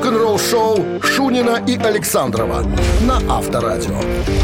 Рок-н-ролл-шоу Шунина и Александрова на Авторадио.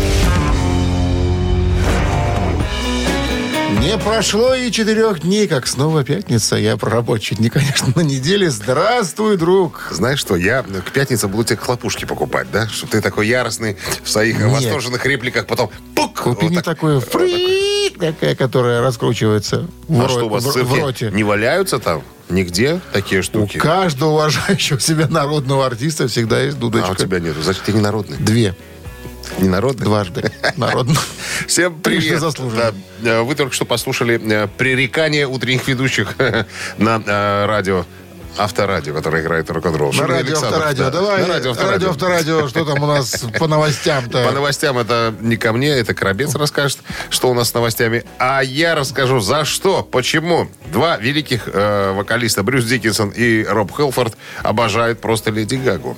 Не прошло и 4 дней, как снова пятница. Я проработал чуть не, конечно, на неделе. Здравствуй, друг. Знаешь что, я к пятнице буду тебе хлопушки покупать, да? Чтобы ты такой яростный в своих восторженных репликах потом пук! Купи мне такую фрик, такая, которая раскручивается что у вас в роте. Не валяются там? Нигде такие штуки? У каждого уважающего себя народного артиста всегда есть дудочка. А у тебя нету. Значит, ты не народный. 2. Не народный? Дважды. Народный. Всем привет. Заслуженно. Да, вы только что послушали пререкание утренних ведущих на радио Авторадио, которое играет рок-н-ролл. На радио Авторадио. Давай, на радио Авторадио. Что там у нас по новостям-то? По новостям это не ко мне, это Коробец расскажет, что у нас с новостями. А я расскажу, за что, почему. 2 великих вокалиста, Брюс Диккинсон и Роб Хелфорд, обожают просто Леди Гагу.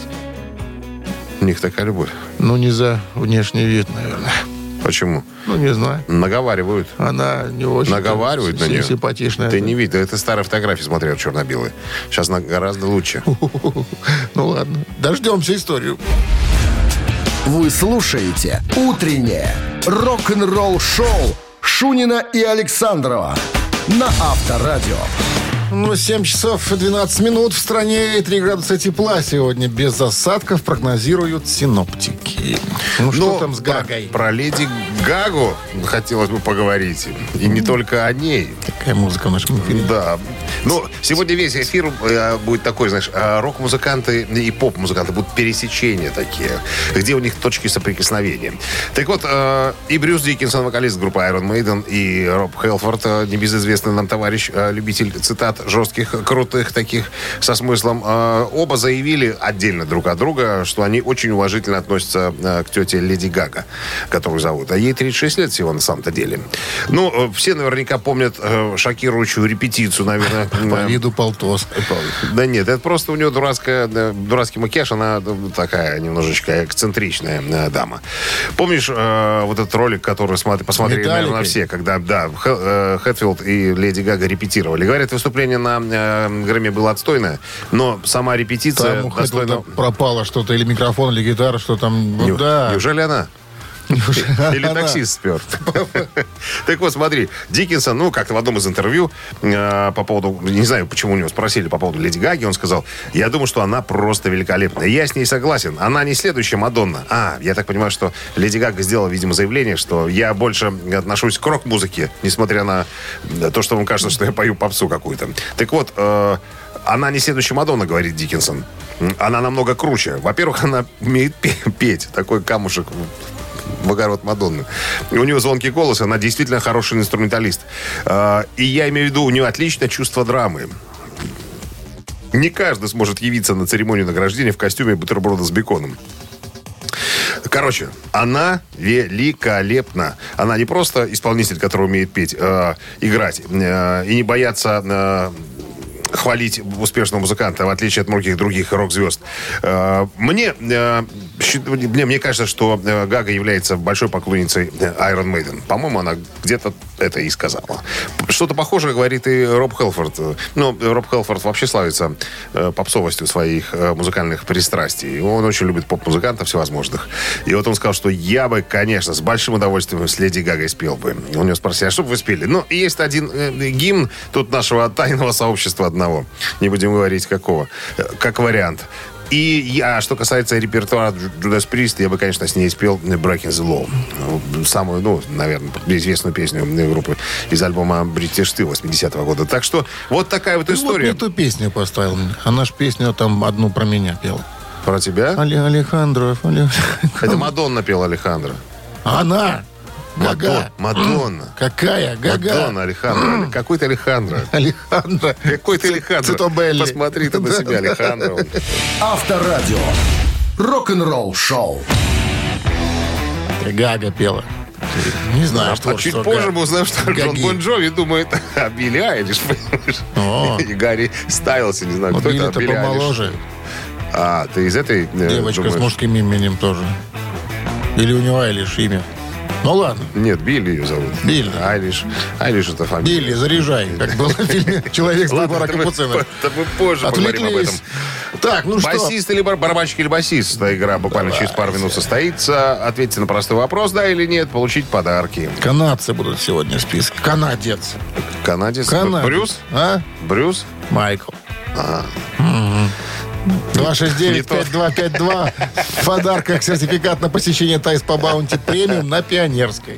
У них такая любовь. Ну, не за внешний вид, наверное. Почему? Ну, не знаю. Наговаривают. Она не очень Наговаривают на нее. Симпатичная. Ты не видел. Это старые фотографии смотрел, черно-белые. Сейчас она гораздо лучше. Ну, ладно. Дождемся историю. Вы слушаете «Утреннее рок-н-ролл-шоу» Шунина и Александрова на Авторадио. 7 часов 12 минут в стране и 3 градуса тепла сегодня без осадков прогнозируют синоптики. Ну, что там с Гагой? Про Леди Гагу хотелось бы поговорить. И не только о ней. Такая музыка в нашем эфире. Да. Ну, сегодня весь эфир будет такой, знаешь, рок-музыканты и поп-музыканты будут пересечения такие, где у них точки соприкосновения. Так вот, и Брюс Диккинсон, вокалист группы Iron Maiden, и Роб Хелфорд, небезызвестный нам товарищ, любитель цитат жестких, крутых таких, со смыслом, оба заявили отдельно друг от друга, что они очень уважительно относятся к тете Леди Гага, которую зовут. А ей 36 лет всего на самом-то деле. Ну, все наверняка помнят шокирующую репетицию, наверное. По виду полтос. Да нет, это просто у нее дурацкий макияж, она такая немножечко эксцентричная дама. Помнишь вот этот ролик, который посмотрели, наверное, все, когда, да, Хэтфилд и Леди Гага репетировали. Говорят, выступление на Грэмми было отстойное, но сама репетиция... Там у Хэтфилда пропало что-то, или микрофон, или гитара, что там... Да. Неужели она? Или таксист спер. Так вот, смотри, Диккинсон, ну, как-то в одном из интервью по поводу, не знаю, почему у него спросили по поводу Леди Гаги, он сказал: я думаю, что она просто великолепная. Я с ней согласен. Она не следующая Мадонна. Я так понимаю, что Леди Гага сделала, видимо, заявление, что я больше отношусь к рок-музыке, несмотря на то, что вам кажется, что я пою попсу какую-то. Так вот, она не следующая Мадонна, говорит Диккинсон. Она намного круче. Во-первых, она умеет петь. Такой камушек в огород Мадонны. У нее звонкий голос, она действительно хороший инструменталист. И я имею в виду, у нее отличное чувство драмы. Не каждый сможет явиться на церемонию награждения в костюме бутерброда с беконом. Короче, она великолепна. Она не просто исполнитель, который умеет петь, играть и не бояться... хвалить успешного музыканта, в отличие от многих других рок-звезд. Мне кажется, что Гага является большой поклонницей Iron Maiden. По-моему, она где-то это и сказала. Что-то похожее говорит и Роб Хелфорд. Ну, Роб Хелфорд вообще славится попсовостью своих музыкальных пристрастий. Он очень любит поп-музыкантов всевозможных. И вот он сказал, что я бы, конечно, с большим удовольствием с Леди Гагой спел бы. У него спросили: а что бы вы спели? Ну, есть один гимн тут нашего тайного сообщества одного. Не будем говорить какого. Как вариант. И что касается репертуара Judas Priest, я бы, конечно, с ней спел Breaking the Law. Самую, наверное, известную песню группы из альбома British Steel 80-го года. Так что вот такая вот история. Вот не ту песню поставил. Она ж песню там одну про меня пела. Про тебя? Алехандро. Это Мадонна пела Алехандро. Она! Гага. Мадонна. Какая? Гага. Мадонна, Алехандро. Какой ты Алехандро? Алехандро. Какой ты Алехандро? Цитабелли. Посмотри ты на себя, Алехандро. Авторадио. Рок-н-ролл шоу. Гага пела. Не знаю, что. А чуть позже мы узнаем, что Джон Бон Джови думает о Билли Айлиш, понимаешь? И Гарри Стайлс, не знаю, кто это. Билли-то помоложе. Ты из этой девочка с мужским именем тоже. Или у него Айлиш имя. Ну ладно. Нет, Билли ее зовут. Билли. Айлиш это фамилия. Билли, заряжай. Как было в фильме «Человек с двора капуцина». Мы позже поговорим об этом. Так, ну басист или барабанщик или басист? Эта игра буквально через пару минут состоится. Ответьте на простой вопрос, да или нет, получить подарки. Канадцы будут сегодня в списке. Канадец. Канадец? Брюс? А? Брюс? Майкл. 269-5252. В подарках сертификат на посещение Тайс по Баунти премиум на Пионерской.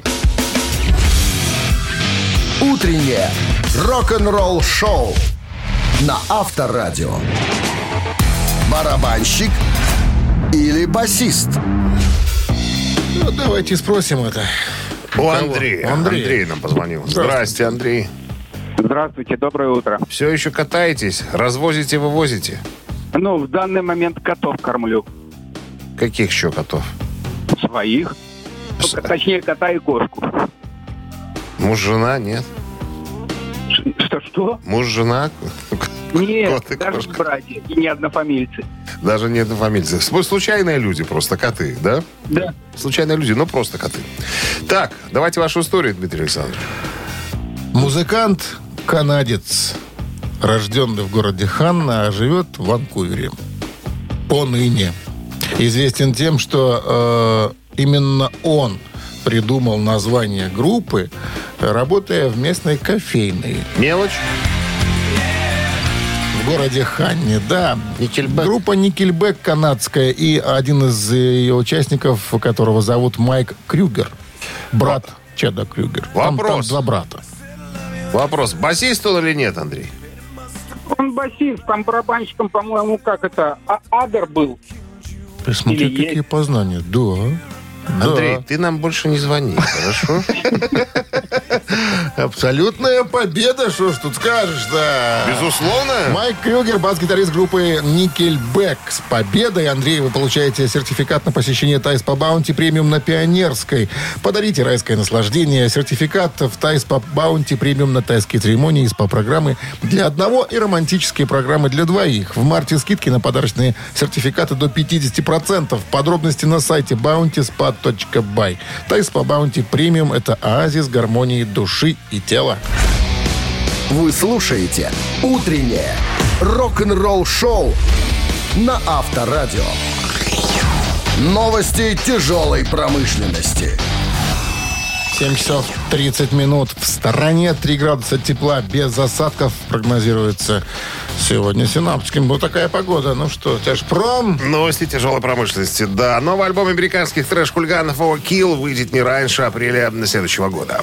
Утреннее рок-н-ролл-шоу на Авторадио. Барабанщик или басист? Ну, давайте спросим это. У Андрея. Андрей нам позвонил. Здрасте, Андрей. Здравствуйте, доброе утро. Все еще катаетесь? Развозите, вывозите? Ну, в данный момент котов кормлю. Каких еще котов? Своих. Точнее, кота и кошку. Муж, жена, нет? Что? Муж, жена? Нет, Кот и даже кошка. не братья и не однофамильцы. Даже не однофамильцы. Случайные люди просто, коты, да? Да. Случайные люди, но просто коты. Так, давайте вашу историю, Дмитрий Александрович. Музыкант канадец, рожденный в городе Ханна, а живет в Ванкувере. Поныне. Известен тем, что именно он придумал название группы, работая в местной кофейной. Мелочь? В городе Ханне, да. Никельбэк. Группа Никельбэк канадская, и один из ее участников, которого зовут Майк Крюгер, брат Чеда Крюгер. Вопрос. Там два брата. Вопрос. Басист он или нет, Андрей? Он басист, там барабанщиком, по-моему, Адер был. Смотри, Или какие есть. познания. Да. Андрей, ты нам больше не звони, хорошо? Абсолютная победа, что ж тут скажешь, да. Безусловно. Майк Крюгер, бас-гитарист группы Никельбэк. С победой, Андрей, вы получаете сертификат на посещение Тайс по Баунти премиум на Пионерской. Подарите райское наслаждение. Сертификат в Тайс по Баунти премиум на тайские церемонии и СПА-программы для одного и романтические программы для двоих. В марте скидки на подарочные сертификаты до 50%. Подробности на сайте bountyspa.by. Тайс по Баунти премиум – это оазис гармонии души и тела. Вы слушаете «Утреннее рок-н-ролл-шоу» на Авторадио. Новости тяжелой промышленности. 7 часов 30 минут. В стороне 3 градуса тепла. Без осадков прогнозируется сегодня синаптиками. Вот такая погода. Ну что, тяжпром? Новости тяжелой промышленности. Да, новый альбом американских трэш-хулиганов Overkill выйдет не раньше апреля следующего года.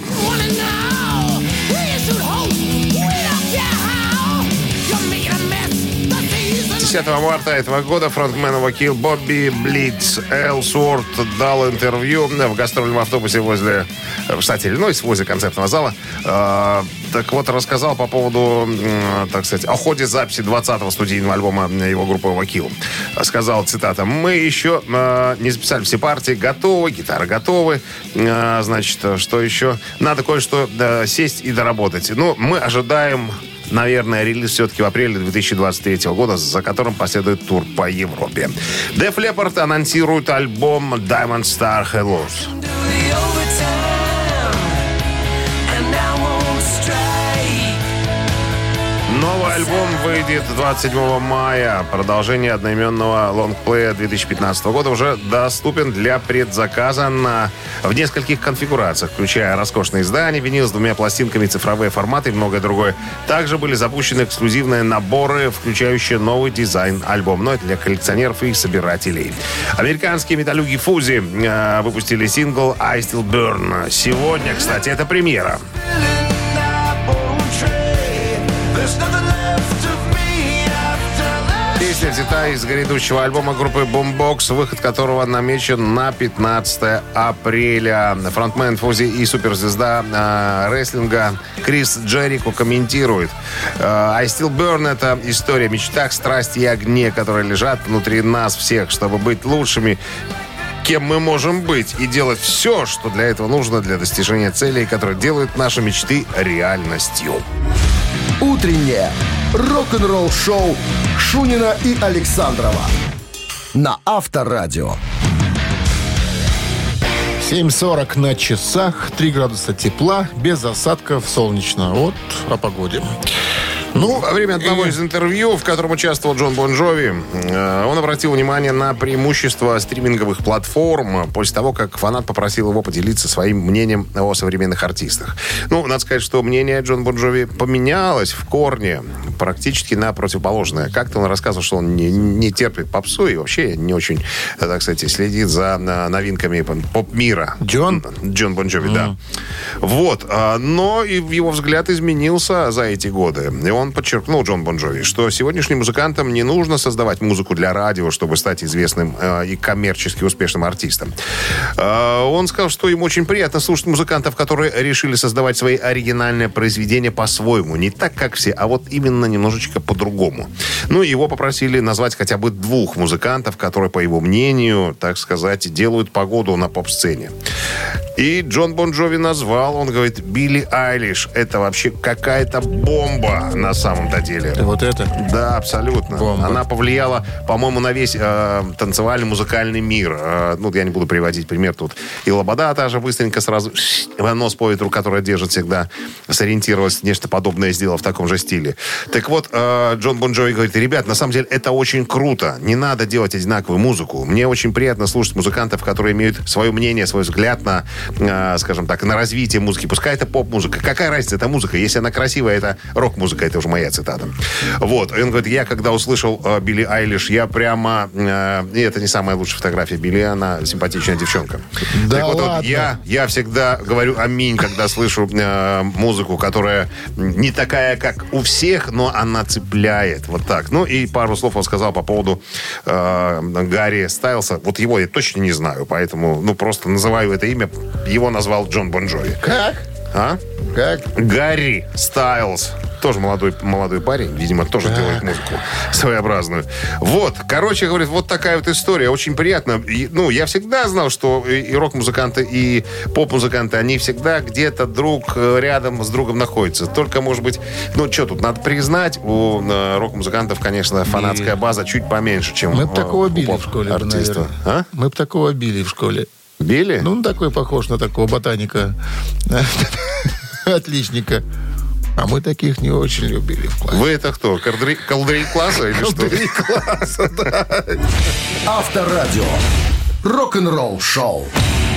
10 марта этого года фронтмен Overkill Бобби Блиц Элсуорт дал интервью в гастрольном автобусе в штате Иллинойс, возле концертного зала. Так вот, рассказал по поводу, так сказать, о ходе записи 20-го студийного альбома его группы Overkill. Сказал, цитата: «Мы еще не записали все партии, готовы, гитары готовы. Значит, что еще? Надо кое-что сесть и доработать. Ну, мы ожидаем, наверное, релиз все-таки в апреле 2023 года, за которым последует тур по Европе». Def Leppard анонсирует альбом Diamond Star Hellos. Новый альбом выйдет 27 мая. Продолжение одноименного лонгплея 2015 года уже доступен для предзаказа в нескольких конфигурациях, включая роскошные издания, винил с 2 пластинками, цифровые форматы и многое другое. Также были запущены эксклюзивные наборы, включающие новый дизайн альбома. Но это для коллекционеров и собирателей. Американские металлюги Фузи выпустили сингл «I Still Burn». Сегодня, кстати, это премьера. Песня взята из грядущего альбома группы Boombox, выход которого намечен на 15 апреля. Фронтмен Фузи и суперзвезда рестлинга Крис Джерико комментирует: «I Still Burn» — это история о мечтах, страсти и огне, которые лежат внутри нас всех, чтобы быть лучшими, кем мы можем быть, и делать все, что для этого нужно для достижения целей, которые делают наши мечты реальностью. Утреннее рок-н-ролл-шоу Шунина и Александрова на Авторадио. 7:40 на часах, 3 градуса тепла, без осадков, солнечно. Вот о погоде. Ну, во время одного из интервью, в котором участвовал Джон Бон Джови, он обратил внимание на преимущества стриминговых платформ после того, как фанат попросил его поделиться своим мнением о современных артистах. Ну, надо сказать, что мнение Джон Бон Джови поменялось в корне, практически на противоположное. Как-то он рассказывал, что он не терпит попсу и вообще не очень, так сказать, следит за новинками поп-мира. Джон Бон Джови, да. Вот. Но и его взгляд изменился за эти годы. И он подчеркнул, Джон Бон Джови, что сегодняшним музыкантам не нужно создавать музыку для радио, чтобы стать известным и коммерчески успешным артистом. Он сказал, что ему очень приятно слушать музыкантов, которые решили создавать свои оригинальные произведения по-своему. Не так, как все, а вот именно немножечко по-другому. Ну, его попросили назвать хотя бы 2 музыкантов, которые, по его мнению, так сказать, делают погоду на поп-сцене. И Джон Бон Джови назвал, он говорит, Билли Айлиш. Это вообще какая-то бомба на самом-то деле. Вот это? Да, абсолютно. Бомба. Она повлияла, по-моему, на весь танцевальный музыкальный мир. Ну, я не буду приводить пример тут. И Лобода та же быстренько сразу нос по ветру, которая держит всегда, сориентировалась, нечто подобное сделала в таком же стиле. Так вот, Джон Бон Джови говорит, ребят, на самом деле это очень круто. Не надо делать одинаковую музыку. Мне очень приятно слушать музыкантов, которые имеют свое мнение, свой взгляд на, скажем так, на развитие музыки. Пускай это поп-музыка. Какая разница, это музыка. Если она красивая, это рок-музыка. Это уже моя цитата. Вот. И он говорит, я когда услышал Билли Айлиш, я прямо... и это не самая лучшая фотография Билли, она симпатичная девчонка. Да так вот, ладно? Я всегда говорю аминь, когда слышу музыку, которая не такая, как у всех, но она цепляет. Вот так. Ну и пару слов он сказал по поводу Гарри Стайлса. Вот его я точно не знаю, поэтому просто называю это имя. Его назвал Джон Бон Джови. Как? А? Как? Гарри Стайлс. Тоже молодой парень, видимо, тоже делает музыку своеобразную. Вот, короче, говорит, вот такая вот история. Очень приятно. Я всегда знал, что и рок-музыканты, и поп-музыканты, они всегда где-то друг рядом с другом находятся. Только, может быть, что тут, надо признать, у рок-музыкантов, конечно, фанатская база чуть поменьше, чем Мы бы такого били в школе, артиста. наверное. Мы бы такого били в школе. Били? Он такой похож на такого ботаника. Отличника. А мы таких не очень любили в классе. Вы это кто? Колдыри класса или что? Колдыри класса, да. Авторадио. Рок-н-ролл шоу.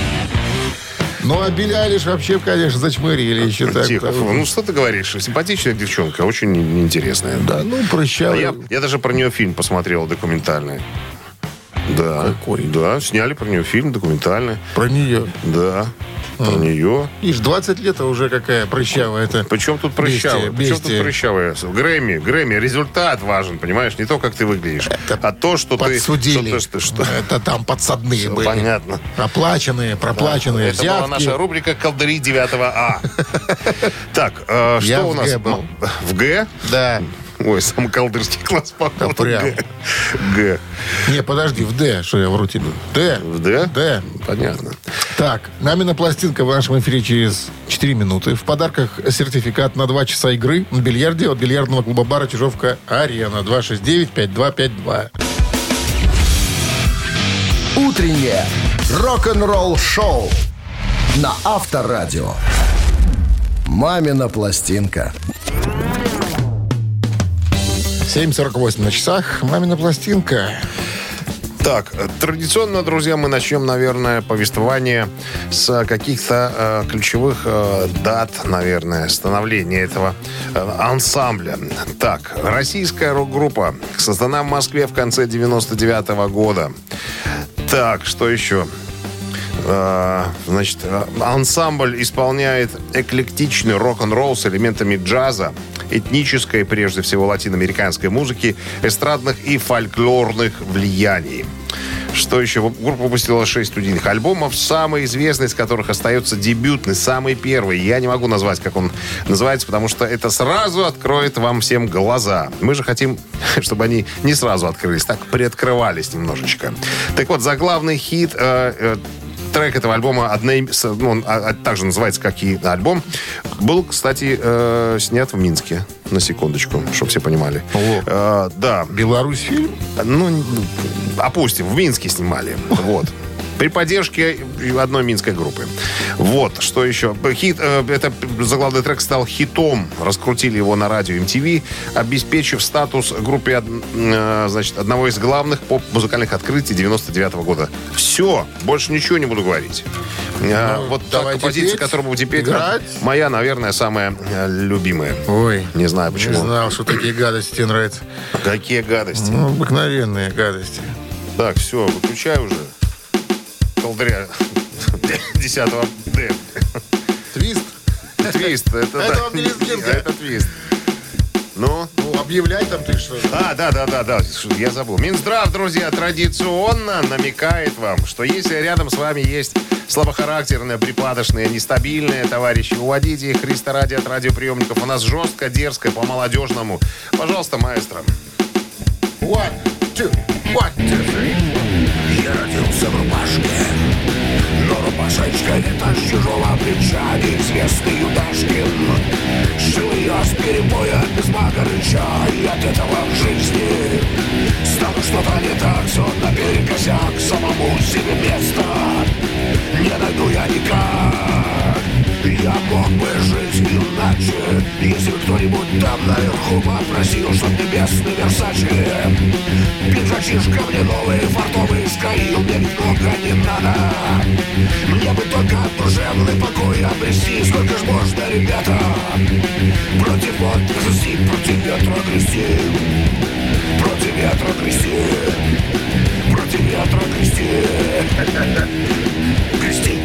Ну, а Билли Айлиш вообще, конечно, зачмырили еще так. Тихо. Что ты говоришь? Симпатичная девчонка, очень интересная. Да, прыщавый. Я даже про нее фильм посмотрел документальный. Да. Какой? Да, сняли про нее фильм документальный. Про нее. Да. Про нее. Ишь, 20 лет, а уже какая прыщавая это. Причем тут прыщавая? Причем тут прыщавая? Грэмми, результат важен, понимаешь? Не то, как ты выглядишь, а то, что подсудили. ты... Что... Это там подсадные Все были. понятно. Проплаченные, Да. взятки. Это была наша рубрика «Колдыри 9А». Так, что у нас? был. В Г? Да. Ой, самый колдырский класс, походу. прям. Г. Не, подожди, в Д, что я вру тебе. Д. В Д? Д. Понятно. Так, «Мамина пластинка» в нашем эфире через 4 минуты. В подарках сертификат на 2 часа игры на бильярде от бильярдного клуба-бара «Чижовка-Арена». 269-5252. Утреннее рок-н-ролл шоу на Авторадио. «Мамина пластинка». 7:48 на часах. «Мамина пластинка». Так, традиционно, друзья, мы начнем, наверное, повествование с каких-то ключевых дат, наверное, становления этого ансамбля. Так, российская рок-группа создана в Москве в конце 99-го года. Так, что еще? Значит, ансамбль исполняет эклектичный рок-н-ролл с элементами джаза, этнической, прежде всего, латиноамериканской музыки, эстрадных и фольклорных влияний. Что еще? Группа выпустила 6 студийных альбомов, самый известный из которых остается дебютный, самый первый. Я не могу назвать, как он называется, потому что это сразу откроет вам всем глаза. Мы же хотим, чтобы они не сразу открылись, так приоткрывались немножечко. Так вот, заглавный хит... Трек этого альбома, он также называется, как и альбом, был, кстати, снят в Минске. На секундочку, чтобы все понимали. Да. Беларусь фильм? Опустим, в Минске снимали. Вот. При поддержке одной минской группы. Вот, что еще. Хит, это заглавный трек стал хитом. Раскрутили его на радио MTV, обеспечив статус группе, значит, одного из главных поп-музыкальных открытий 99-го года. Все, больше ничего не буду говорить. Вот та композиция, которую будем теперь играть. Моя, наверное, самая любимая. Ой, не знаю почему. Не знал, что такие гадости тебе нравятся. Какие гадости? Ну, обыкновенные гадости. Так, все, выключай уже. Колдыря 10-го Д. Твист? Твист. Это вам не лезгинка. Это твист. Ну, объявляй там ты что. Да. Я забыл. Минздрав, друзья, традиционно намекает вам, что если рядом с вами есть слабохарактерные, припадочные, нестабильные товарищи, уводите их, Христа ради, от радиоприемников. У нас жестко, дерзко, по-молодежному. Пожалуйста, маэстро. 1, 2, 1, 2, 3. Я родился в рубашке, но рубашечка это с чужого плеча. Неизвестный Юдашкин сшил ее с перебоя, без мага рыча. И от этого в жизни стало что-то не так. Все наперекосяк, самому себе места не найду я никак. Я мог бы жить иначе, если бы кто-нибудь там наверху попросил, чтоб небесный Версаче пиджачишка мне новый, фартовый скроил. Мне немного не надо, мне бы только душевный покой обрести. Сколько ж можно, ребята, против отверстий, против ветра грести, против ветра грести, против ветра грести, грести.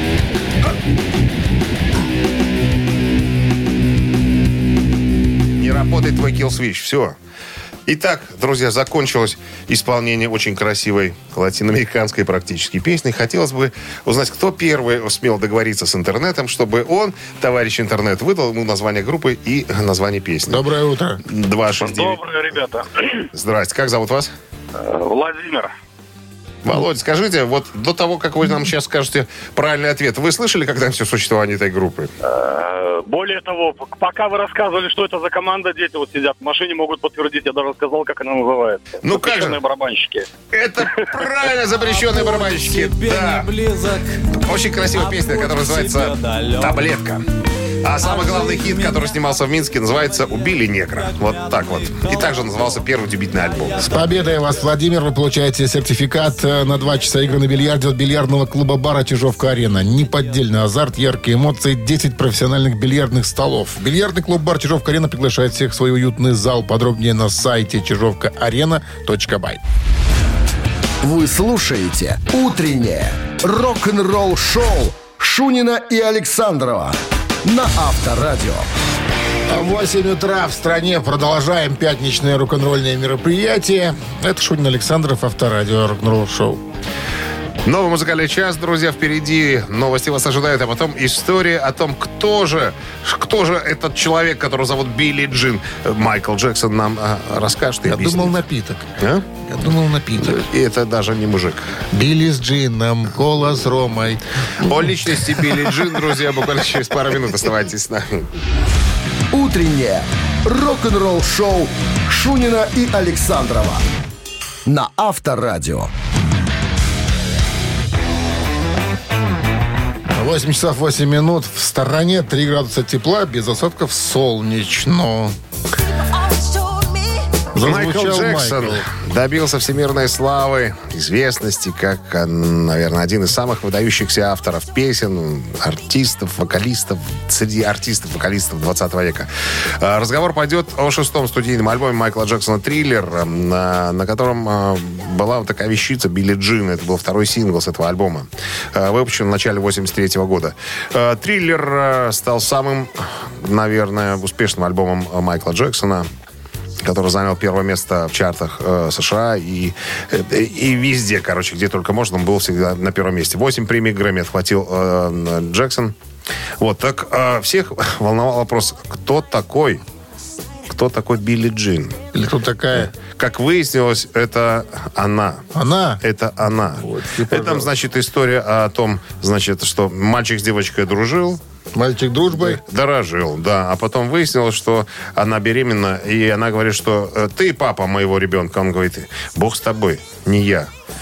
Не работает твой киллсвич. Все. Итак, друзья, закончилось исполнение очень красивой латиноамериканской практически песни. Хотелось бы узнать, кто первый успел договориться с интернетом, чтобы он, товарищ интернет, выдал ему название группы и название песни. Доброе утро. 269. Доброе, ребята. Здрасте. Как зовут вас? Владимир. Володь, скажите, вот до того, как вы нам сейчас скажете правильный ответ, вы слышали когда-нибудь о существовании этой группы? Более того, пока вы рассказывали, что это за команда, дети вот сидят в машине, могут подтвердить, я даже сказал, как она называется. Ну как же? Запрещенные барабанщики. Это правильно, запрещенные барабанщики. Да. Очень красивая песня, которая называется «Таблетка». А самый главный хит, который снимался в Минске, называется «Убили негра». Вот так вот. И также назывался первый дебютный альбом. С победой вас, Владимир. Вы получаете сертификат на 2 часа игры на бильярде от бильярдного клуба-бара «Чижовка-арена». Неподдельный азарт, яркие эмоции, 10 профессиональных бильярдных столов. Бильярдный клуб-бар «Чижовка-арена» приглашает всех в свой уютный зал. Подробнее на сайте чижовкаарена.бай. Вы слушаете «Утреннее рок-н-ролл-шоу» Шунина и Александрова на Авторадио. 8 утра в стране. Продолжаем пятничное рок-н-ролльное мероприятие. Это Шунин Александров, Авторадио, рок-н-ролл шоу. Новый музыкальный час, друзья, впереди. Новости вас ожидают, а потом история о том, кто же этот человек, которого зовут Билли Джин. Майкл Джексон нам расскажет и Я объяснит. думал, напиток. А? Я думал, напиток. И это даже не мужик. Билли с джином, кола с ромой. О личности Билли Джин, друзья, буквально через пару минут оставайтесь с нами. Утреннее рок-н-ролл-шоу Шунина и Александрова на Авторадио. 8 часов 8 минут. В стороне 3 градуса тепла, без осадков, солнечно. Майкл Зазвучал Джексон Майкл. добился всемирной славы, известности, как, наверное, один из самых выдающихся авторов песен, артистов, вокалистов, среди артистов-вокалистов 20 века. Разговор пойдет о 6-м студийном альбоме Майкла Джексона «Триллер», на котором была вот такая вещица «Билли Джин». Это был второй сингл с этого альбома, выпущен в начале 83 года. «Триллер» стал самым, наверное, успешным альбомом Майкла Джексона, который занял первое место в чартах США и везде, короче, где только можно, он был всегда на первом месте. 8 премий Грэмми отхватил Джексон. Вот, так всех волновал вопрос, кто такой Билли Джин? Или кто такая? Как выяснилось, это она. Она? Это она. Вот, это, значит, история о том, значит, что мальчик с девочкой дружил, мальчик дружбой? Дорожил, да. А потом выяснилось, что она беременна, и она говорит, что ты папа моего ребенка. Он говорит, Бог с тобой, не я.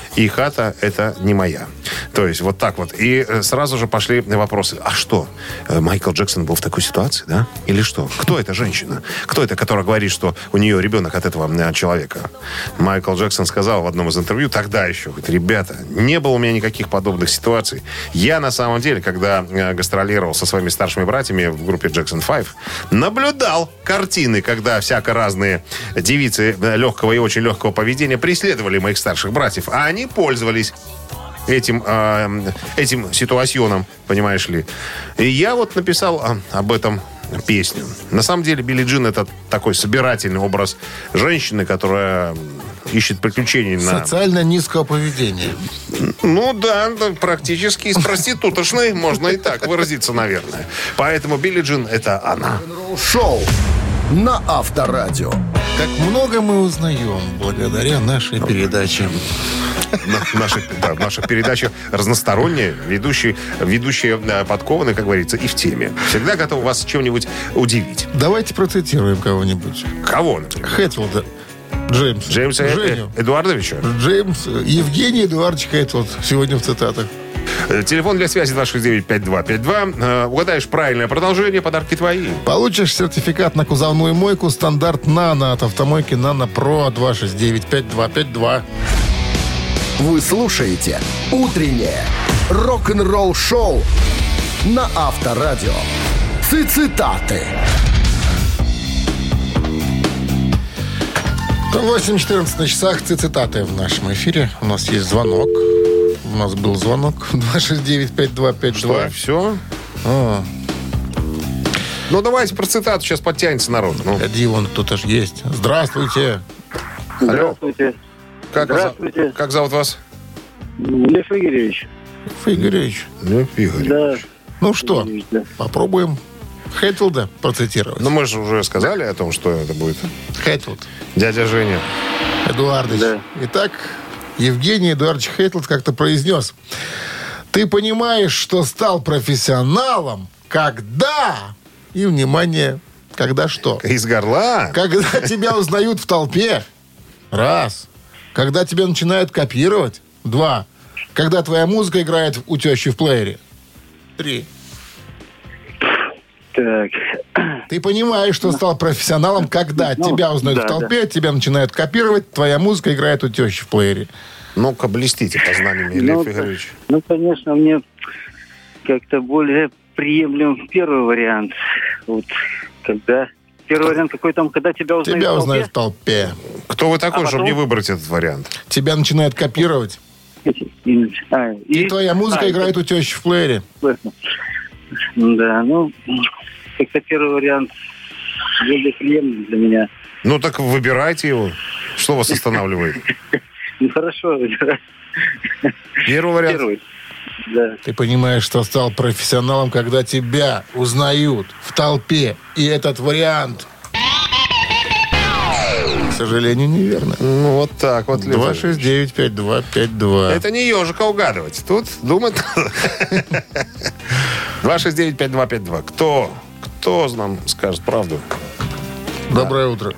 и хата — это не моя. То есть вот так вот. И сразу же пошли вопросы. А что, Майкл Джексон был в такой ситуации, да? Или что? Кто эта женщина? Кто это, которая говорит, что у нее ребенок от этого человека? Майкл Джексон сказал в одном из интервью, тогда еще, говорит, ребята, не было у меня никаких подобных ситуаций. Я на самом деле, когда гастролировал со своими старшими братьями в группе Jackson 5, наблюдал картины, когда всяко разные девицы легкого и очень легкого поведения преследовали моих старших братьев, а они пользовались этим ситуационом, понимаешь ли. И я вот написал об этом песню. На самом деле Билли Джин — это такой собирательный образ женщины, которая ищет приключений на... Социально низкого поведения. Ну да, практически из проституточной, можно и так выразиться, наверное. Поэтому Билли Джин — это она. Шоу на Авторадио. Как много мы узнаем благодаря нашей передаче. Наша передача разносторонняя, ведущие подкованы, как говорится, и в теме. Всегда готов вас чем-нибудь удивить. Давайте процитируем кого-нибудь. Кого, например? Хэтфилда. Джеймса Эдуардовича? Евгений Эдуардович Хэтфилд. Сегодня в цитатах. Телефон для связи 269-5252. Угадаешь правильное продолжение, подарки твои. Получишь сертификат на кузовную мойку стандарт «Нано» от автомойки «Нано Про» 269-5252. Вы слушаете «Утреннее рок-н-ролл-шоу» на Авторадио. Цитаты. 8:14 на часах. Цитаты в нашем эфире. У нас есть звонок. У нас был звонок. 269-5252. Что, все? Ну, давайте про цитату. Сейчас подтянется народ. Ну. Ходи, вон кто-то же есть. Здравствуйте. Здравствуйте. Здравствуйте. Как зовут вас? Лев Игоревич. Игоревич. Лев Игоревич. Да. Ну что, попробуем Хэтфилда процитировать. Ну, мы же уже сказали о том, что это будет. Хэтфилд. Дядя Женя. Эдуардович. Да. Итак, Евгений Эдуардович Хэтфилд как-то произнес: ты понимаешь, что стал профессионалом, когда... И, внимание, когда что? Из горла. Когда тебя узнают в толпе. Раз. Когда тебя начинают копировать. Два. Когда твоя музыка играет у тещи в плеере. Три. Так. Ты понимаешь, что стал профессионалом, когда тебя узнают в толпе, тебя начинают копировать, твоя музыка играет у тещи в плеере. Ну-ка, блестите познаниями, Лев Игоревич. Ну, конечно, мне как-то более приемлем первый вариант. Вот, когда... Первый вариант какой там, когда тебя узнают Тебя в толпе. узнают в толпе. Кто вы такой, чтобы потом? не выбрать этот вариант? Тебя начинают копировать. И твоя музыка играет у тещи в плеере. Да, ну, как-то первый вариант более приемлем для меня. Ну, так выбирайте его. Что вас останавливает? Ну, хорошо, выбирай. Первый вариант? Первый. Да. Ты понимаешь, что стал профессионалом, когда тебя узнают в толпе. И этот вариант, к сожалению, неверно. Ну, вот так вот, Лев Игоревич. 269-5252. Это не ежика угадывать. Тут думать надо. 269-5252. Кто нам скажет правду? Доброе утро.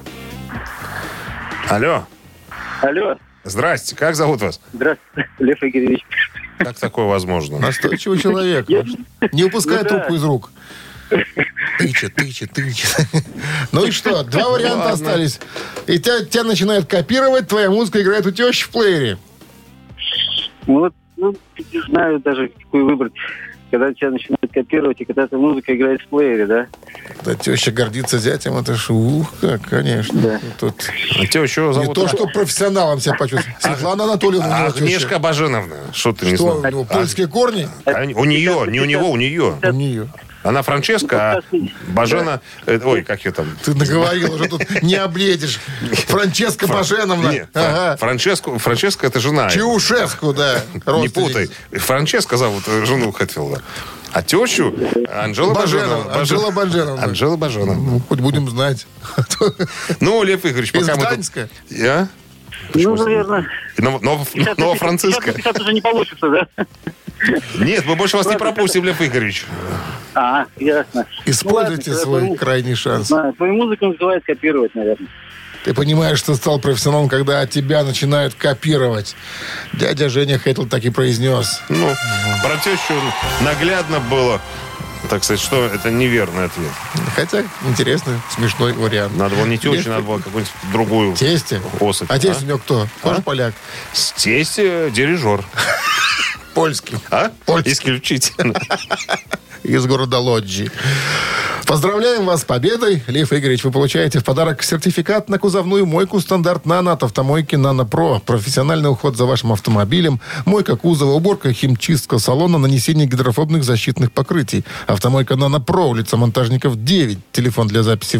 Алло. Алло. Здрасте. Как зовут вас? Здравствуйте, Лев Игоревич. Как такое возможно? Настойчивый человек. Не упускай трубку из рук. Тычет. Ну и что? Два варианта остались. И тебя начинают копировать, твоя музыка играет у тещи в плеере. Вот, ну, не знаю даже, какой выбрать. Когда тебя начинают копировать, и когда эта музыка играет в плеере, да? Да теща гордится зятем, это ж как, конечно. Да. Тут А тебя еще зовут? не то, что профессионалом себя почувствовать. Светлана Анатольевна. у него Агнешка теща. Баженовна. Что ты не Что, знаешь? у него польские корни? У нее, не у него, у нее. У нее. Она Франческа, а Бажена... Ой, как ее там? Ты наговорил, уже тут не обледешь. Франческа Баженовна. Нет, Ага. Франческа это жена. Чаушеску, да. Не путай. Франческа зовут жену Хэтфилда. А тещу Анжела Баженовна. Анжела Баженовна. Анжела Баженовна. Ну, хоть будем знать. Ну, Лев Игоревич, Из пока мы Гданьска? тут... Я? Ну, наверное. Новофранциска. Сейчас уже не получится, да? Нет, мы больше вас не пропустим, Лев Игоревич. Ясно. Используйте Ну, ладно, свой тогда крайний шанс. Твою музыку называют копировать, наверное. Ты понимаешь, что стал профессионалом, когда тебя начинают копировать. Дядя Женя Хэтл так и произнес. Ну, про тещу наглядно было, так сказать, что это неверный ответ. Хотя, интересный, смешной вариант. Надо было не тещу, надо было какую-нибудь другую Тесте? особь. А тесть у него кто? Тоже поляк? Тесть дирижер. Польский. Польский. Исключительно. Из города Лоджи. Поздравляем вас с победой. Лев Игоревич, вы получаете в подарок сертификат на кузовную мойку «Стандарт Нано» от автомойки «Нано Про». Профессиональный уход за вашим автомобилем, мойка кузова, уборка, химчистка салона, нанесение гидрофобных защитных покрытий. Автомойка «Нано Про», улица Монтажников, 9. Телефон для записи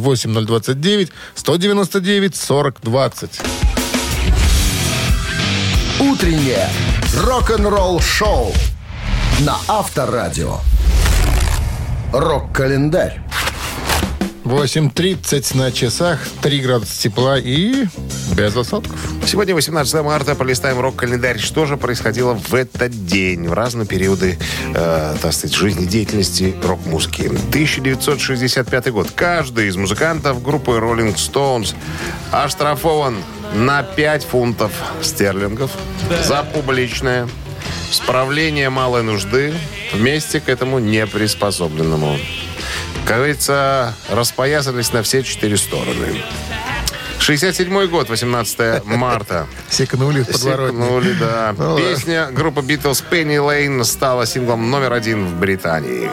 8029-199-4020. Утреннее рок-н-ролл-шоу на Авторадио. Рок-календарь. 8:30 на часах, 3 градуса тепла и без осадков. Сегодня 18 марта. Полистаем рок-календарь. Что же происходило в этот день, в разные периоды, так сказать, жизнедеятельности рок-музыки. 1965 год. Каждый из музыкантов группы Rolling Stones оштрафован на 5 фунтов стерлингов за публичное справление малой нужды в месте к этому неприспособленному. Как говорится, распоясались на все 4 стороны. 67 год, 18 марта. Секнули в подворотне. Секнули, да. Ну, Песня группы Beatles «Penny Lane» стала синглом номер 1 в Британии.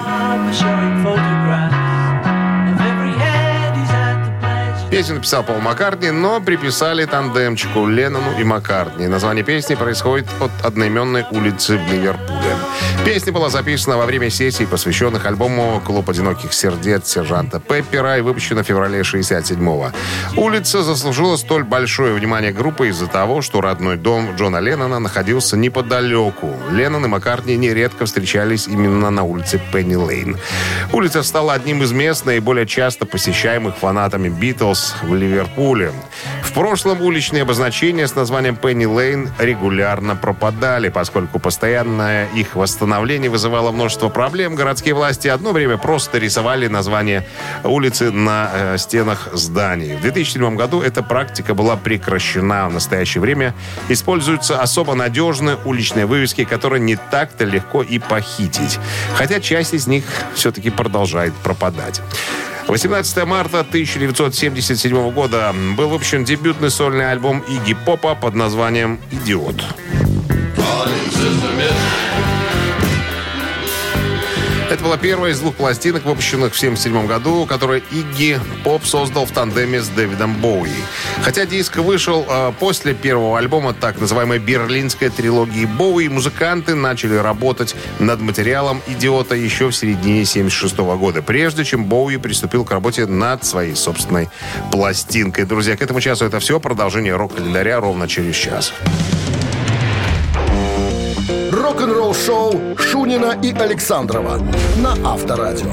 Песню написал Пол Маккартни, но приписали тандемчику Леннону и Маккартни. Название песни происходит от одноименной улицы в Ливерпуле. Песня была записана во время сессий, посвященных альбому «Клуб одиноких сердец» сержанта Пеппера и выпущена в феврале 67-го. Улица заслужила столь большое внимание группы из-за того, что родной дом Джона Леннона находился неподалеку. Леннон и Маккартни нередко встречались именно на улице Пенни Лейн. Улица стала одним из мест, наиболее часто посещаемых фанатами Битлз в Ливерпуле. В прошлом уличные обозначения с названием Пенни Лейн регулярно пропадали, поскольку постоянное их восстановление вызывало множество проблем. Городские власти одно время просто рисовали название улицы на стенах зданий. В 2007 году эта практика была прекращена. В настоящее время используются особо надежные уличные вывески, которые не так-то легко и похитить. Хотя часть из них все-таки продолжает пропадать. 18 марта 1977 года был выпущен дебютный сольный альбом Игги Попа под названием «Идиот». Это была первая из 2 пластинок, выпущенных в 1977 году, которую Игги Поп создал в тандеме с Дэвидом Боуи. Хотя диск вышел после первого альбома так называемой берлинской трилогии Боуи, музыканты начали работать над материалом «Идиота» еще в середине 1976 года, прежде чем Боуи приступил к работе над своей собственной пластинкой. Друзья, к этому часу это все. Продолжение рок-календаря ровно через час. Рок-н-ролл-шоу Шунина и Александрова на Авторадио.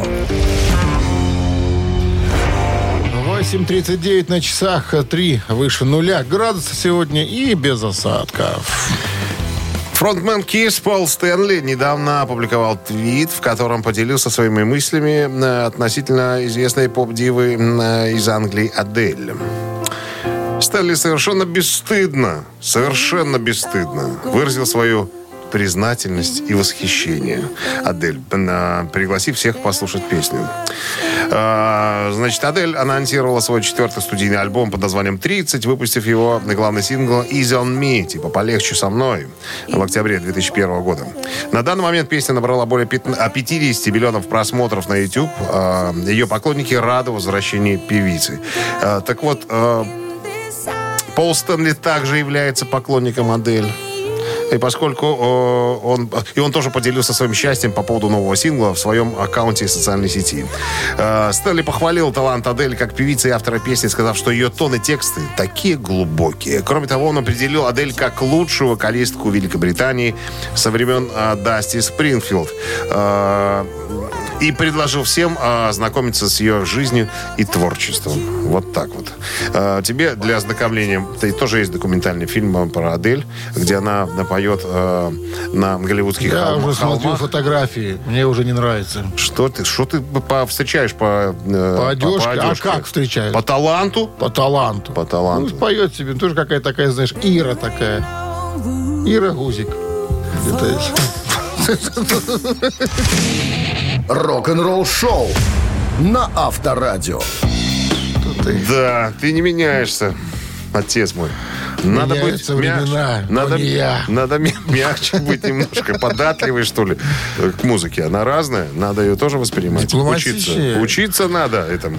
8:39 на часах, 3 выше 0 градусов сегодня и без осадков. Фронтмен Kiss Пол Стэнли недавно опубликовал твит, в котором поделился своими мыслями относительно известной поп-дивы из Англии Адель. Стэнли совершенно бесстыдно выразил свою признательность и восхищение Адель, пригласив всех послушать песню. Значит, Адель анонсировала свой 4-й студийный альбом под названием «30», выпустив его на главный сингл «Easy on Me», типа «Полегче со мной», в октябре 2001 года. На данный момент песня набрала более 50 миллионов просмотров на YouTube. Ее поклонники рады возвращению певицы. Так вот, Пол Стэнли также является поклонником Адель. И поскольку он тоже поделился своим счастьем по поводу нового сингла в своем аккаунте в социальной сети. Стэнли похвалил талант Адель как певицы и автора песни, сказав, что ее тон и тексты такие глубокие. Кроме того, он определил Адель как лучшую вокалистку Великобритании со времен Дасти Спрингфилд. И предложил всем ознакомиться с ее жизнью и творчеством. Вот так вот. Тебе для ознакомления тоже есть документальный фильм про Адель, где она поет на голливудских холмах. Я уже смотрю фотографии. Мне уже не нравится. Что ты встречаешь по одежке? одежке? А как встречаешь? По таланту? По таланту. По таланту. Ну, поет себе. Тоже какая-то такая, знаешь, Ира такая. Ира Гузик. Рок-н-ролл шоу на Авторадио. Да, ты не меняешься, отец мой. Надо быть мягче. Надо мягче быть немножко, податливой, что ли, к музыке. Она разная, надо ее тоже воспринимать. Учиться надо этому.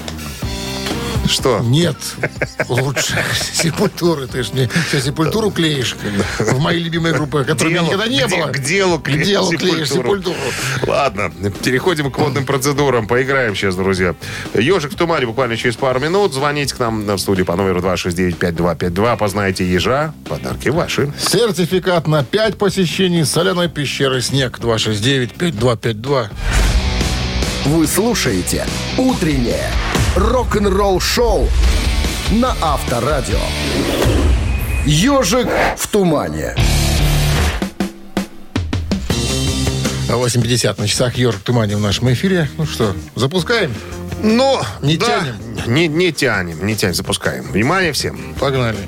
Что? Нет. Лучше Сепультуры. Ты ж мне сейчас Сепультуру клеишь в мои любимые группы, которых никогда не было. К делу клеишь Сепультуру. Ладно, переходим к водным процедурам. Поиграем сейчас, друзья. «Ежик в тумане» буквально через пару минут. Звоните к нам в студию по номеру 269-5252. Познайте ежа. Подарки ваши. Сертификат на 5 посещений соляной пещеры «Снег». 269-5252. Вы слушаете «Утреннее рок-н-ролл-шоу» на Авторадио. «Ежик в тумане». 8:50 на часах «Ежик в тумане» в нашем эфире. Ну что, запускаем? Ну, Не да. тянем? Не тянем, запускаем. Внимание всем. Погнали.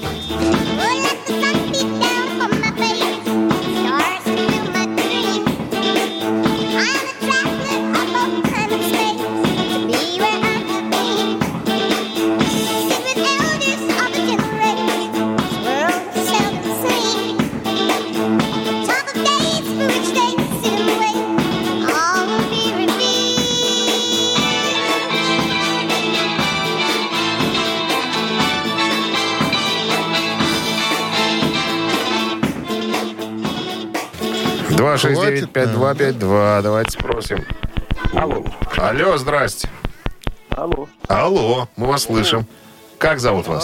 Два 269-5252. Давайте спросим. Алло, здрасте. Алло, мы вас слышим. Как зовут вас?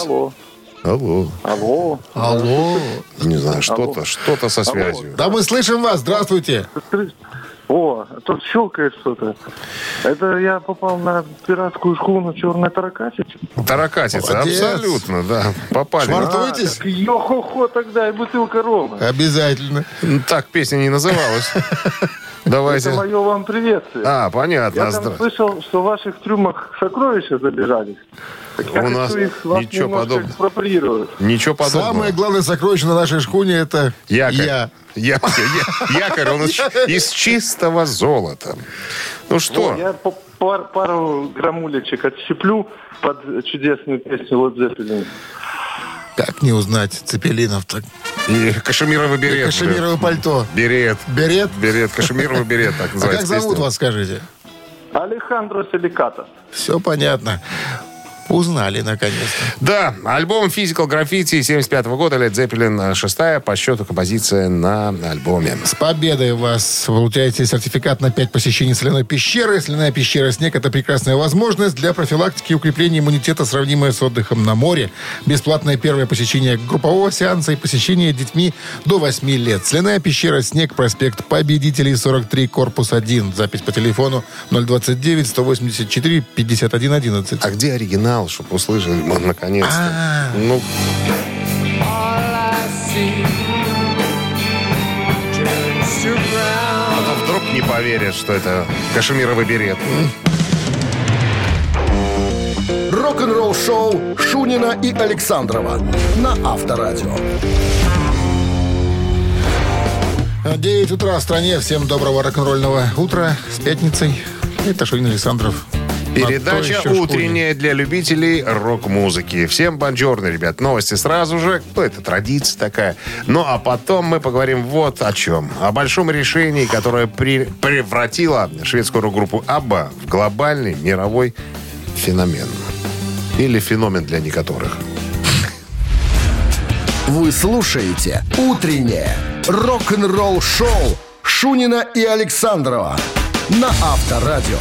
Алло. Не знаю, что-то со связью. Да мы слышим вас. Здравствуйте. О, тут щелкает что-то. Это я попал на пиратскую шхуну «Черная таракатица». Таракатица, Молодец. абсолютно, да. Попали. Швартуйтесь? Йо-хо-хо тогда и бутылка рома. Обязательно. Так песня не называлась. Давайте. Это мое вам приветствие. Понятно. Я там слышал, что в ваших трюмах сокровища залежались. У нас ничего подобного. Ничего подобного. Самое главное сокровище на нашей шхуне — это якорь. Якорь, он из чистого золота. Ну что? Я пару граммулечек отщеплю под чудесную песню Led Zeppelin. Как не узнать Цепелинов-то? И кашемировый берет. Кашемировое пальто. Берет, кашемировый берет, так А называется. как зовут песня. вас, скажите? Алехандро Селикатос. Все понятно. Узнали, наконец-то. Да, альбом Physical Graffiti 75 года, Led Zeppelin, 6-я по счету композиция на альбоме. С победой вас! Вы получаете сертификат на 5 посещений соляной пещеры. Соляная пещера «Снег» — это прекрасная возможность для профилактики и укрепления иммунитета, сравнимая с отдыхом на море. Бесплатное первое посещение группового сеанса и посещение детьми до 8 лет. Соляная пещера «Снег», проспект Победителей, 43, корпус 1. Запись по телефону 029-184-51-11. А где оригинал, чтобы услышали, наконец-то? Ну... А то вдруг не поверят, что это кашемировый берет. Рок-н-ролл шоу Шунина и Александрова на Авторадио. 9 утра в стране. Всем доброго рок-н-ролльного утра с пятницей. Это Шунин Александров. Передача утренняя для любителей рок-музыки. Всем бонжорно, ребят. Новости сразу же. Ну, это традиция такая. Ну, а потом мы поговорим вот о чем. О большом решении, которое превратило шведскую рок-группу ABBA в глобальный мировой феномен. Или феномен для некоторых. Вы слушаете «Утреннее рок-н-ролл-шоу» Шунина и Александрова на Авторадио.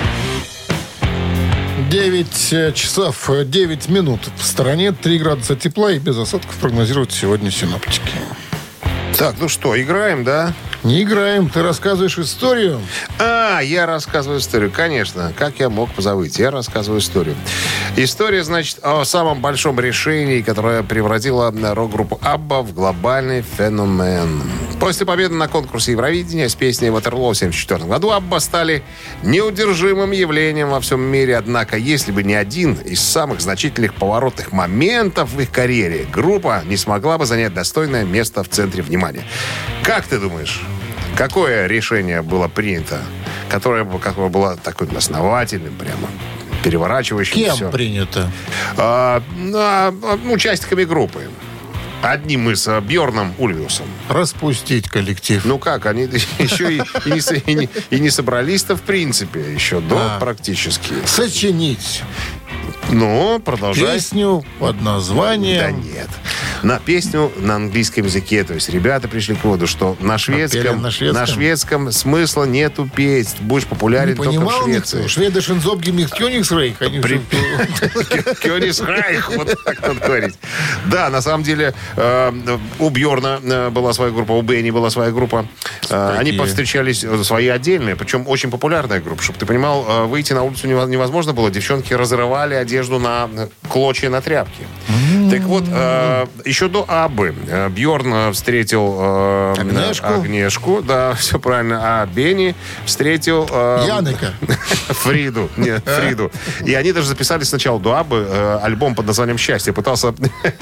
9 часов 9 минут. В стороне 3 градуса тепла и без осадков прогнозируют сегодня синоптики. Так, ну что, играем, да? Не играем, ты рассказываешь историю. Я рассказываю историю, конечно. Как я мог позабыть? Я рассказываю историю. История, значит, о самом большом решении, которое превратило рок-группу Абба в глобальный феномен. После победы на конкурсе Евровидения с песней «Ватерлоо» в 1974 году Абба стали неудержимым явлением во всем мире. Однако, если бы не один из самых значительных поворотных моментов в их карьере, группа не смогла бы занять достойное место в центре внимания. Как ты думаешь, какое решение было принято, которое было таким основательным, прямо переворачивающим Кем все? принято? Участниками группы. Одним из Бьорном Ульвиусом. Распустить коллектив. Ну как, они еще и не собрались-то в принципе, еще до практически. Сочинить Ну, продолжай. песню под названием... Да нет. На песню на английском языке. То есть ребята пришли к выводу, что на шведском смысла нету петь. Будешь популярен только в Швеции. Никто. Шведы Шинзобги Михтёнигсрейх. Кёнигсрейх, вот так надо говорить. Да, на самом деле у Бьорна была своя группа, у Бенни была своя группа. Они повстречались свои отдельные, причем очень популярная группа. Чтобы ты понимал, выйти на улицу невозможно было. Девчонки разрывали одежду на клочья, на тряпки. Так вот, еще до Аббы Бьорн встретил Агнешку, да, все правильно, а Бенни встретил Янека. Фриду. И они даже записали сначала до Аббы альбом под названием «Счастье». Пытался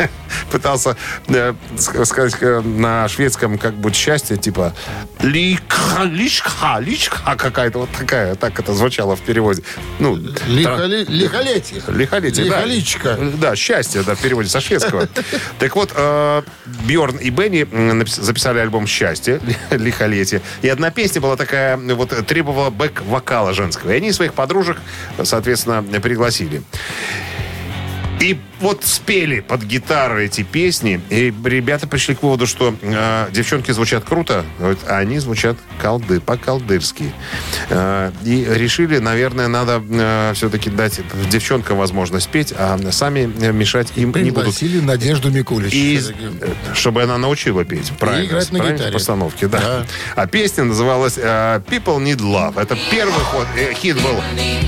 сказать на шведском, как будет счастье, типа личка какая-то вот такая, так это звучало в переводе. Ну, Лихолетие. Лихоличка. Да, счастье, да, в переводе со шведского. Так вот, Бьорн и Бенни записали альбом «Счастье», «Лихолетие». И одна песня была такая, вот, требовала бэк-вокала женского. И они своих подружек, соответственно, пригласили. И вот спели под гитару эти песни, и ребята пришли к выводу, что девчонки звучат круто, а они звучат по-колдырски. И решили, наверное, надо все-таки дать девчонкам возможность петь, а сами мешать им не будут. Пригласили Надежду Микулич. И чтобы она научила петь правильно, играть на гитаре. Постановке. Да. А песня называлась «People Need Love». Это первый хит был.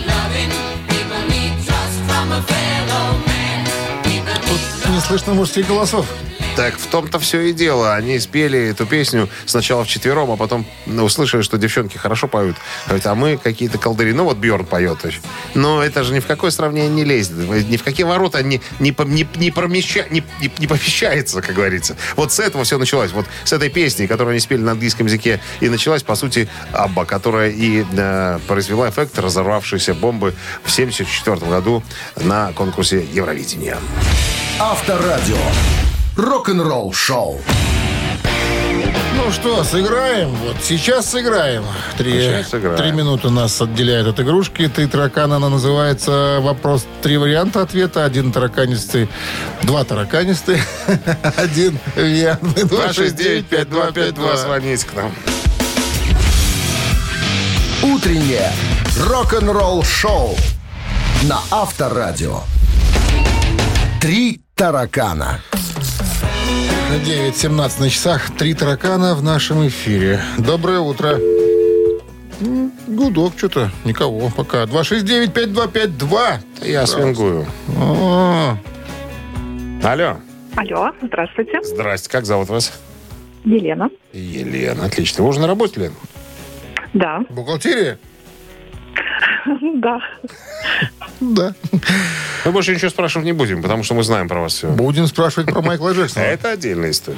Не слышно мужских голосов. Так в том-то все и дело. Они спели эту песню сначала вчетвером, а потом услышали, что девчонки хорошо поют. Говорят, а мы какие-то колдыри. Ну вот Бьорн поет. Но это же ни в какое сравнение не лезет. Ни в какие ворота не помещается, как говорится. Вот с этого все началось. Вот с этой песни, которую они спели на английском языке, и началась, по сути, Абба, которая и произвела эффект разорвавшейся бомбы в 1974 году на конкурсе Евровидения. Авторадио. Рок-н-ролл шоу. Ну что, сыграем? Вот сейчас сыграем. Сейчас сыграем. 3 минуты нас отделяют от игрушки. 3 таракана, она называется. Вопрос, 3 варианта ответа. 1 тараканистый, 2 тараканистый, 1 верный. 269-5252. Звоните к нам. Утреннее рок-н-ролл шоу на Авторадио. 3 таракана. 9:17 на часах. 3 таракана в нашем эфире. Доброе утро. Гудок что-то. Никого пока. 269-5252. Я свингую. Алло. Алло, здравствуйте. Здрасте. Как зовут вас? Елена. Елена. Отлично. Вы уже на работе, Лен? Да. Бухгалтерия? Да. Да. Мы больше ничего спрашивать не будем, потому что мы знаем про вас все. Будем спрашивать про Майкла Джексона. Это отдельная история.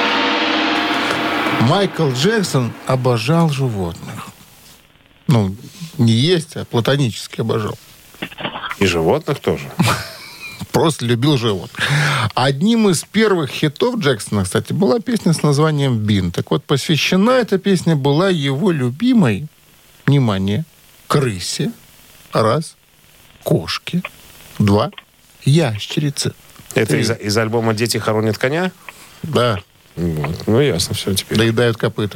Майкл Джексон обожал животных. Ну, не есть, а платонически обожал. И животных тоже. Просто любил животных. Одним из первых хитов Джексона, кстати, была песня с названием «Бин». Так вот, посвящена эта песня была его любимой, внимание, крысе, 1, кошке, 2, ящерице. Это 3. из альбома «Дети хоронят коня»? Да. Вот. Ну, ясно все теперь. Доедают копыта.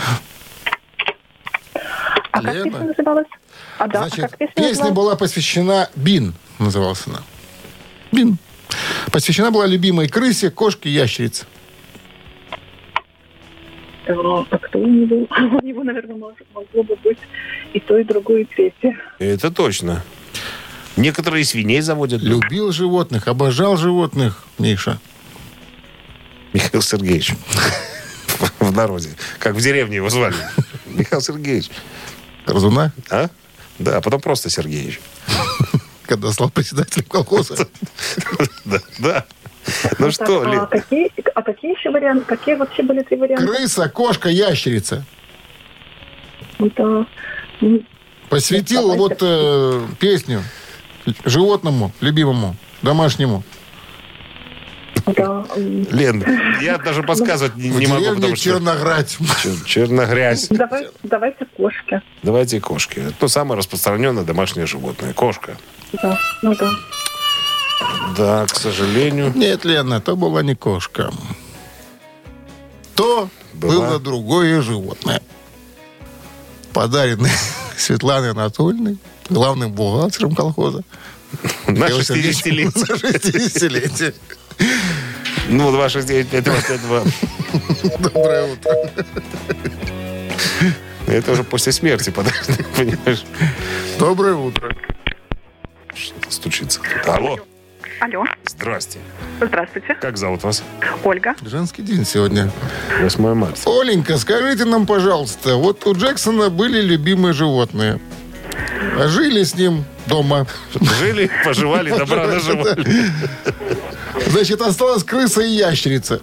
А как песня называлась? Значит, песня была посвящена «Бин», называлась она. «Бин». Посвящена была любимой крысе, кошке, ящерице. А кто у него? У него, наверное, могло бы быть и то, и другое, и третье. Это точно. Некоторые свиней заводят. Любил животных, обожал животных, Миша. Михаил Сергеевич. В народе. Как в деревне его звали. Михаил Сергеевич. Грызуна? А? Да, потом просто Сергеевич. Когда стал председателем колхоза. Да. Ну что, Лен? Какие еще варианты? Какие вообще были 3 варианта? Крыса, кошка, ящерица. Это... Посвятил песню животному, любимому, домашнему. Да. Лен, я даже подсказывать не могу, потому что... Чернограть. Черногрязь. Давайте кошки. Давайте кошки. Это самое распространенное домашнее животное. Кошка. Да, ну да. Да, к сожалению. Нет, Лена, то была не кошка. То было другое животное. Подаренное Светланой Анатольевной, главным бухгалтером колхоза. На 60-летие. На 60-летие. Ну, 269-5252. Доброе утро. Это уже после смерти подарено, понимаешь? Доброе утро. Что-то стучится. Алло. Алло. Здрасте. Здравствуйте. Как зовут вас? Ольга. Женский день сегодня. 8 марта. Оленька, скажите нам, пожалуйста, вот у Джексона были любимые животные. А жили с ним дома. Жили, поживали, добра наживали. Значит, осталась крыса и ящерица.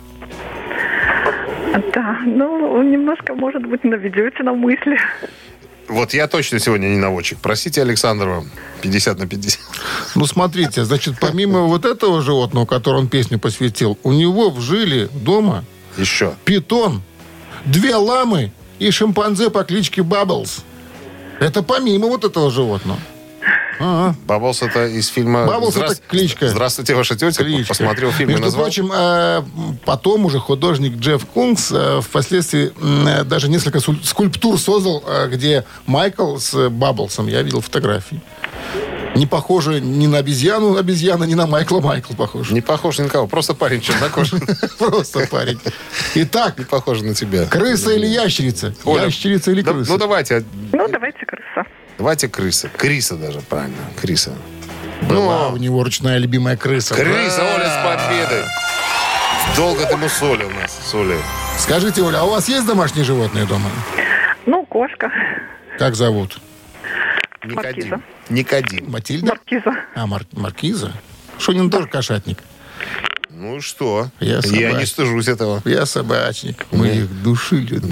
Да, ну, немножко, может быть, наведете на мысли. Вот я точно сегодня не наводчик. Простите, Александрова, 50/50. Ну, смотрите, значит, помимо вот этого животного, которому он песню посвятил, у него жили дома Еще. питон, 2 ламы и шимпанзе по кличке Бабблс. Это помимо вот этого животного. Ага. Бабблс это из фильма... Бабблс это кличка. Здравствуйте, ваша тетя. Кличка. Посмотрел фильм и Между назвал. прочим, потом уже художник Джефф Кунс впоследствии даже несколько скульптур создал, где Майкл с Бабблсом. Я видел фотографии. Не похоже ни на обезьяна, ни на Майкл похож. Не похож ни на кого. Просто парень чернокожий. Просто парень. Итак, Не похож на тебя. крыса или ящерица? Оля, Ящерица или крыса? Ну, давайте. Ну, давайте крыса. Давайте крыса. Криса даже, правильно. Криса. Была у него ручная любимая крыса. Криса, Оля, с победой. Долго ты мусолил нас, Соля. Скажите, Оля, а у вас есть домашние животные дома? Ну, кошка. Как зовут? Никодим. Никодим. Матильда? Маркиза. А, Маркиза? Шунин тоже кошатник. Ну и что? Я не стыжусь этого. Я собачник. Мы их душили.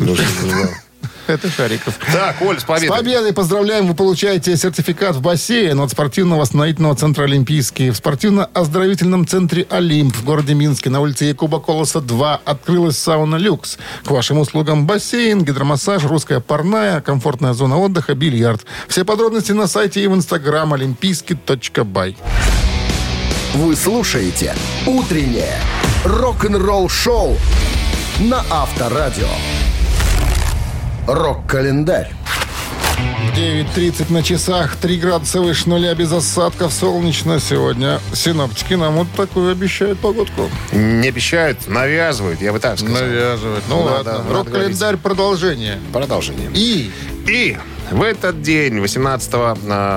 Это Шариков. Так, Оль, с С победой. победой поздравляем! Вы получаете сертификат в бассейн от спортивно-восстановительного центра «Олимпийский». В спортивно-оздоровительном центре «Олимп» в городе Минске на улице Якуба Колоса 2 открылась сауна «Люкс». К вашим услугам бассейн, гидромассаж, русская парная, комфортная зона отдыха, бильярд. Все подробности на сайте и в инстаграм олимпийский.бай. Вы слушаете «Утреннее рок-н-ролл-шоу» на Авторадио. Рок-календарь. 9:30 на часах, 3 градуса выше нуля, без осадков, солнечно сегодня. Синоптики нам вот такую обещают погодку. Не обещают, навязывают, я бы так сказал. Навязывают. Ну Да, ладно. да, Рок-календарь, продолжение. Продолжение. И В этот день, 18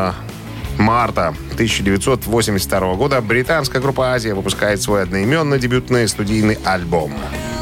марта 1982 года, британская группа «Азия» выпускает свой одноименный дебютный студийный альбом.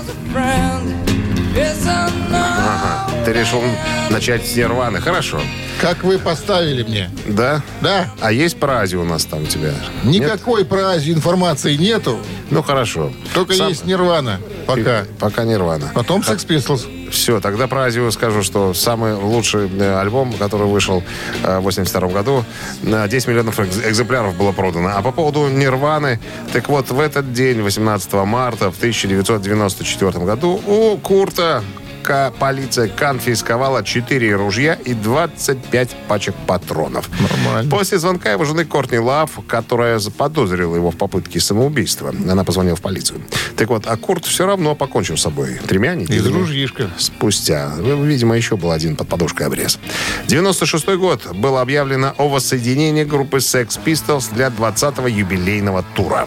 Ага. Ты решил начать с «Нирваны». Хорошо. как вы поставили мне. Да? Да. А есть про Азию у нас там у тебя? Никакой про Азию информации нету. Ну, хорошо. Только есть Нирвана. Пока. Пока Нирвана. Потом Sex Pistols. Все, тогда про Азию скажу, что самый лучший альбом, который вышел в 82 году, 10 миллионов экземпляров было продано. А по поводу Нирваны, так вот, в этот день, 18 марта в 1994 году, у Курта полиция конфисковала 4 ружья и 25 пачек патронов. Нормально. После звонка его жены Кортни Лав, которая заподозрила его в попытке самоубийства, она позвонила в полицию. Так вот, а Курт все равно покончил с собой 3 неделями. Из ружьишка. Спустя. Видимо, еще был один под подушкой обрез. 96-й год было объявлено о воссоединении группы Sex Pistols для 20-го юбилейного тура.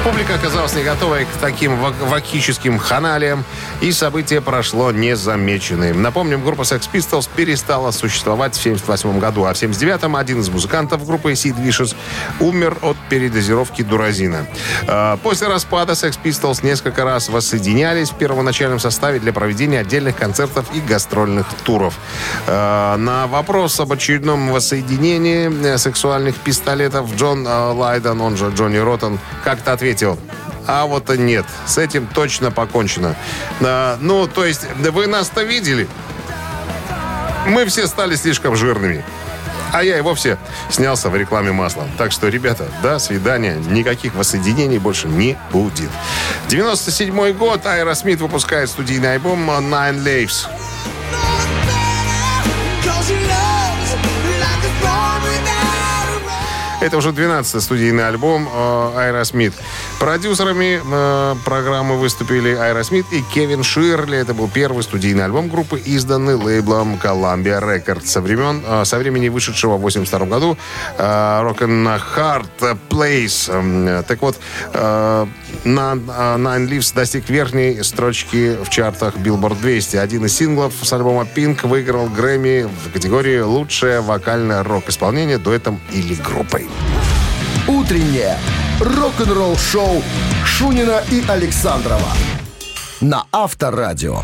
Публика оказалась не готовой к таким вакхическим ханалиям, и событие прошло незамеченным. Напомним, группа Sex Pistols перестала существовать в 1978 году, а в 1979-м один из музыкантов группы Sid Vicious умер от передозировки дуразина. После распада Sex Pistols несколько раз воссоединялись в первоначальном составе для проведения отдельных концертов и гастрольных туров. На вопрос об очередном воссоединении сексуальных пистолетов Джон Лайден, он же Джонни Роттен, как-то ответил: а вот и нет, с этим точно покончено. Ну, то есть, вы нас-то видели? Мы все стали слишком жирными. А я и вовсе снялся в рекламе масла. Так что, ребята, до свидания. Никаких воссоединений больше не будет. 97-й год. Aerosmith выпускает студийный альбом Nine Lives. Это уже 12-й студийный альбом Aerosmith. Продюсерами программы выступили Aerosmith и Кевин Ширли. Это был первый студийный альбом группы, изданный лейблом Columbia Records со времени вышедшего в 1982 году Rockin' Hard Place. Так вот, Nine Lives достиг верхней строчки в чартах Billboard 200. Один из синглов с альбома Pink выиграл Грэмми в категории «Лучшее вокальное рок-исполнение дуэтом или группой». Утреннее рок-н-ролл-шоу Шунина и Александрова на Авторадио.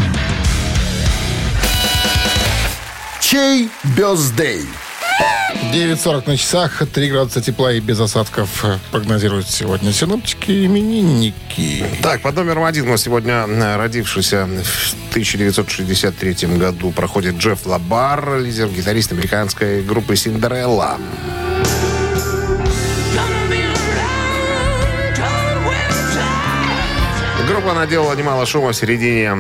Чей бёздей? 9:40 на часах, 3 градуса тепла и без осадков прогнозируют сегодня синоптики, именинники. Так, под номером 1 у нас сегодня родившийся в 1963 году проходит Джефф Лабар, лидер-гитарист американской группы «Синдерелла». Группа наделала немало шума в середине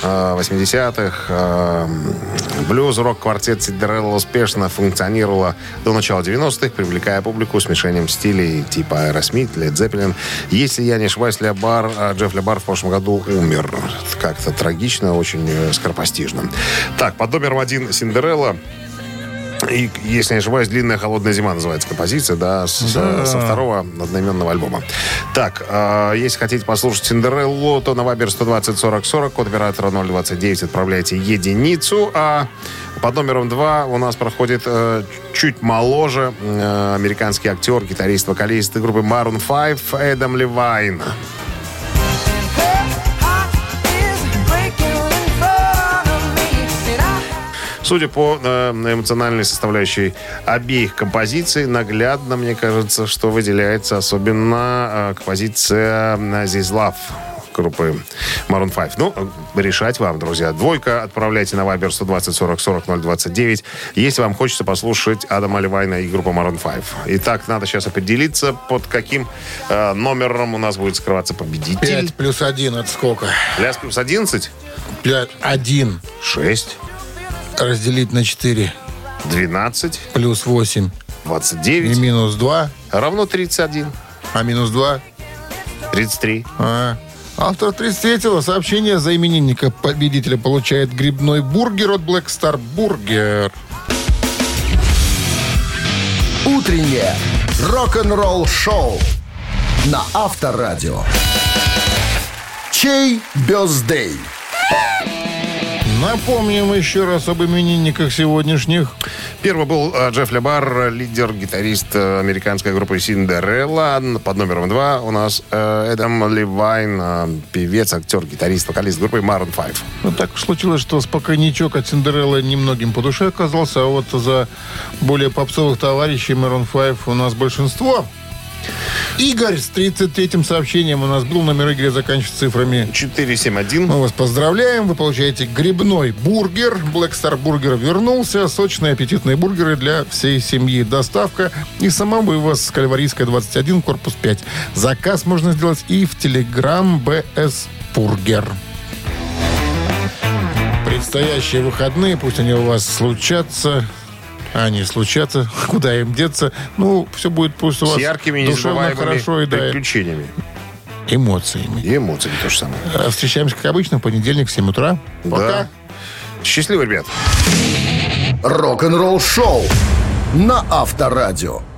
80-х. Блюз-рок-квартет «Синдерелла» успешно функционировала до начала 90-х, привлекая публику смешением стилей типа Aerosmith, Led Zeppelin. Если я не ошибаюсь, Джефф Лабар в прошлом году умер. Как-то трагично, очень скоропостижно. Так, под номером 1 «Синдерелла». И, если не ошибаюсь, «Длинная холодная зима» называется композиция, да, со второго одноименного альбома. Так, если хотите послушать «Синдереллу», то на Viber 120 40 40, код оператора 029, отправляйте единицу. А под номером 2 у нас проходит чуть моложе американский актер, гитарист, вокалист группы Maroon 5 Эдам Левайн. Судя по эмоциональной составляющей обеих композиций, наглядно, мне кажется, что выделяется особенно композиция «This Love» группы Maroon 5. Ну, решать вам, друзья. Двойка отправляйте на Viber 120 40 40 029, если вам хочется послушать Адама Левайна и группу Maroon 5. Итак, надо сейчас определиться, под каким номером у нас будет скрываться победитель. 5 плюс 1 это сколько? 5 плюс 11? 5, 1. 6. Разделить на 4. 12. Плюс 8. 29. И минус 2. Равно 31. А минус 2? 33. Автор 33-го сообщения за именинника победителя получает грибной бургер от Black Star Burger. Утреннее рок-н-ролл-шоу на Авторадио. Чей бёздей? Напомним еще раз об именинниках сегодняшних. Первый был Джефф Лабар, лидер-гитарист американской группы «Синдерелла». Под номером 2 у нас Эдам Левайн, певец, актер, гитарист, вокалист группы Maroon 5. Ну, так случилось, что спокойничок от «Синдереллы» немногим по душе оказался, а вот за более попсовых товарищей Maroon 5 у нас большинство. Игорь с 33-м сообщением у нас был. Номер Игоря заканчивается цифрами 471. Мы вас поздравляем. Вы получаете грибной бургер. Black Star Burger вернулся. Сочные аппетитные бургеры для всей семьи. Доставка и сама вывоз. Кальварийская, 21, корпус 5. Заказ можно сделать и в Telegram BS Burger. Предстоящие выходные, пусть они у вас случатся. Они случатся, куда им деться. Ну, все будет пусть у вас с яркими, душевно, хорошо и приключениями. Эмоциями. И эмоциями то же самое. Встречаемся, как обычно, в понедельник в 7 утра. Пока. Да. Счастливо, ребят. Рок-н-ролл шоу на Авторадио.